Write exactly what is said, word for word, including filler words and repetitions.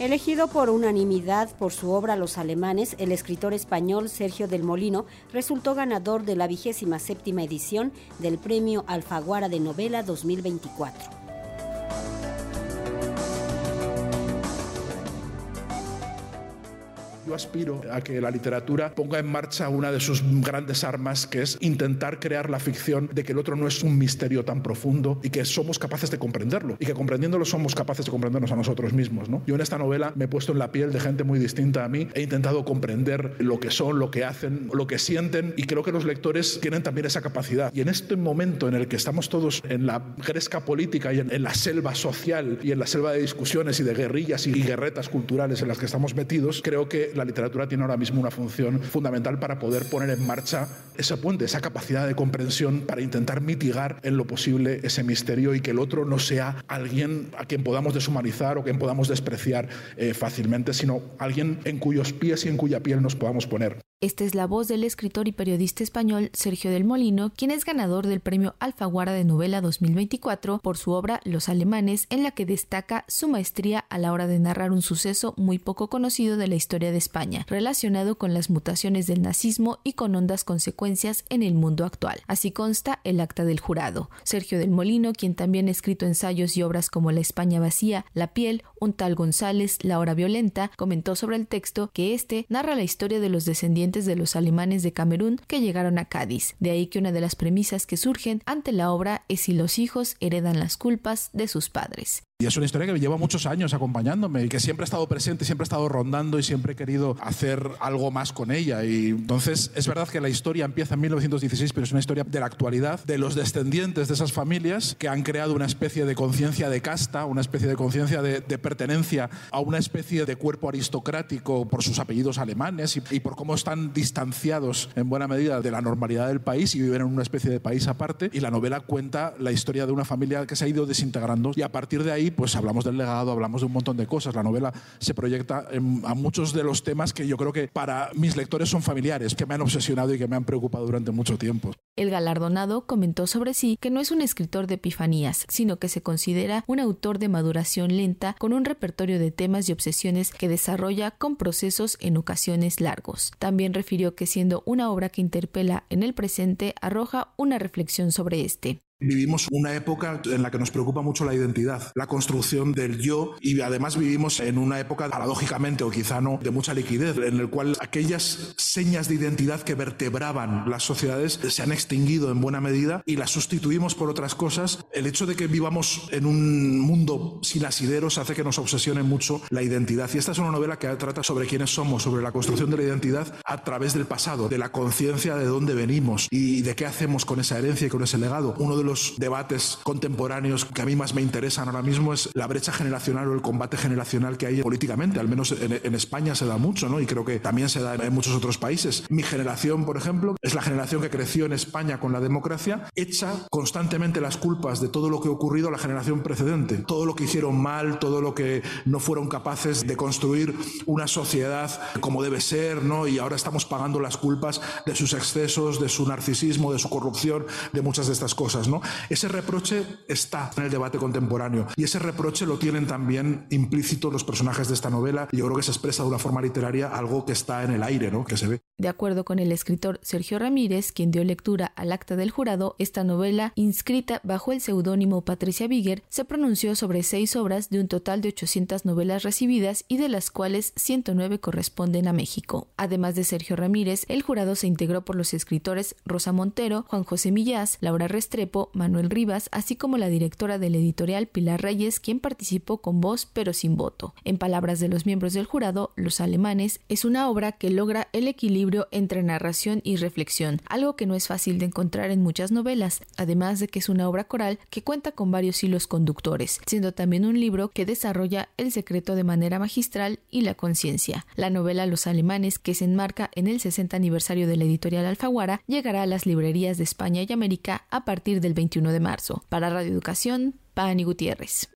Elegido por unanimidad por su obra Los alemanes, el escritor español Sergio del Molino resultó ganador de la vigésima séptima edición del Premio Alfaguara de Novela dos mil veinticuatro. Yo aspiro a que la literatura ponga en marcha una de sus grandes armas, que es intentar crear la ficción de que el otro no es un misterio tan profundo y que somos capaces de comprenderlo, y que comprendiéndolo somos capaces de comprendernos a nosotros mismos, ¿no? Yo en esta novela me he puesto en la piel de gente muy distinta a mí, he intentado comprender lo que son, lo que hacen, lo que sienten, y creo que los lectores tienen también esa capacidad. Y en este momento en el que estamos todos en la gresca política y en, en la selva social y en la selva de discusiones y de guerrillas y, y guerretas culturales en las que estamos metidos, creo que la literatura tiene ahora mismo una función fundamental para poder poner en marcha ese puente, esa capacidad de comprensión para intentar mitigar en lo posible ese misterio y que el otro no sea alguien a quien podamos deshumanizar o quien podamos despreciar eh, fácilmente, sino alguien en cuyos pies y en cuya piel nos podamos poner. Esta es la voz del escritor y periodista español Sergio del Molino, quien es ganador del Premio Alfaguara de Novela dos mil veinticuatro por su obra Los alemanes, en la que destaca su maestría a la hora de narrar un suceso muy poco conocido de la historia de España, relacionado con las mutaciones del nazismo y con hondas consecuencias en el mundo actual. Así consta el acta del jurado. Sergio del Molino, quien también ha escrito ensayos y obras como La España vacía, La piel, Un tal González, La hora violenta, comentó sobre el texto que este narra la historia de los descendientes de los alemanes de Camerún que llegaron a Cádiz. De ahí que una de las premisas que surgen ante la obra es si los hijos heredan las culpas de sus padres. Y es una historia que lleva muchos años acompañándome y que siempre ha estado presente, siempre ha estado rondando y siempre he querido hacer algo más con ella. Y entonces es verdad que la historia empieza en mil novecientos dieciséis, pero es una historia de la actualidad, de los descendientes de esas familias que han creado una especie de conciencia de casta, una especie de conciencia de, de pertenencia a una especie de cuerpo aristocrático por sus apellidos alemanes y, y por cómo están distanciados en buena medida de la normalidad del país y viven en una especie de país aparte. Y la novela cuenta la historia de una familia que se ha ido desintegrando y a partir de ahí pues hablamos del legado, hablamos de un montón de cosas. La novela se proyecta en, a muchos de los temas que yo creo que para mis lectores son familiares, que me han obsesionado y que me han preocupado durante mucho tiempo. El galardonado comentó sobre sí que no es un escritor de epifanías, sino que se considera un autor de maduración lenta con un repertorio de temas y obsesiones que desarrolla con procesos en ocasiones largos. También refirió que siendo una obra que interpela en el presente, arroja una reflexión sobre este. Vivimos una época en la que nos preocupa mucho la identidad, la construcción del yo, y además vivimos en una época, paradójicamente o quizá no, de mucha liquidez, en el cual aquellas señas de identidad que vertebraban las sociedades se han extinguido en buena medida y las sustituimos por otras cosas. El hecho de que vivamos en un mundo sin asideros hace que nos obsesione mucho la identidad. Y esta es una novela que trata sobre quiénes somos, sobre la construcción de la identidad a través del pasado, de la conciencia de dónde venimos y de qué hacemos con esa herencia y con ese legado. Uno de los Los debates contemporáneos que a mí más me interesan ahora mismo es la brecha generacional o el combate generacional que hay políticamente, al menos en, en España se da mucho, ¿no? Y creo que también se da en muchos otros países. Mi generación, por ejemplo, es la generación que creció en España con la democracia, echa constantemente las culpas de todo lo que ha ocurrido a la generación precedente, todo lo que hicieron mal, todo lo que no fueron capaces de construir una sociedad como debe ser, ¿no? Y ahora estamos pagando las culpas de sus excesos, de su narcisismo, de su corrupción, de muchas de estas cosas, ¿no? Ese reproche está en el debate contemporáneo y ese reproche lo tienen también implícito los personajes de esta novela y yo creo que se expresa de una forma literaria algo que está en el aire, ¿no? Que se ve. De acuerdo con el escritor Sergio Ramírez, quien dio lectura al acta del jurado, esta novela, inscrita bajo el seudónimo Patricia Bigger, se pronunció sobre seis obras de un total de ochocientas novelas recibidas y de las cuales ciento nueve corresponden a México. Además de Sergio Ramírez, el jurado se integró por los escritores Rosa Montero, Juan José Millás, Laura Restrepo, Manuel Rivas, así como la directora del editorial Pilar Reyes, quien participó con voz pero sin voto. En palabras de los miembros del jurado, Los alemanes es una obra que logra el equilibrio entre narración y reflexión, algo que no es fácil de encontrar en muchas novelas, además de que es una obra coral que cuenta con varios hilos conductores, siendo también un libro que desarrolla el secreto de manera magistral y la conciencia. La novela Los alemanes, que se enmarca en el sesenta aniversario de la editorial Alfaguara, llegará a las librerías de España y América a partir del veintiuno de marzo. Para Radio Educación, Pani Gutiérrez.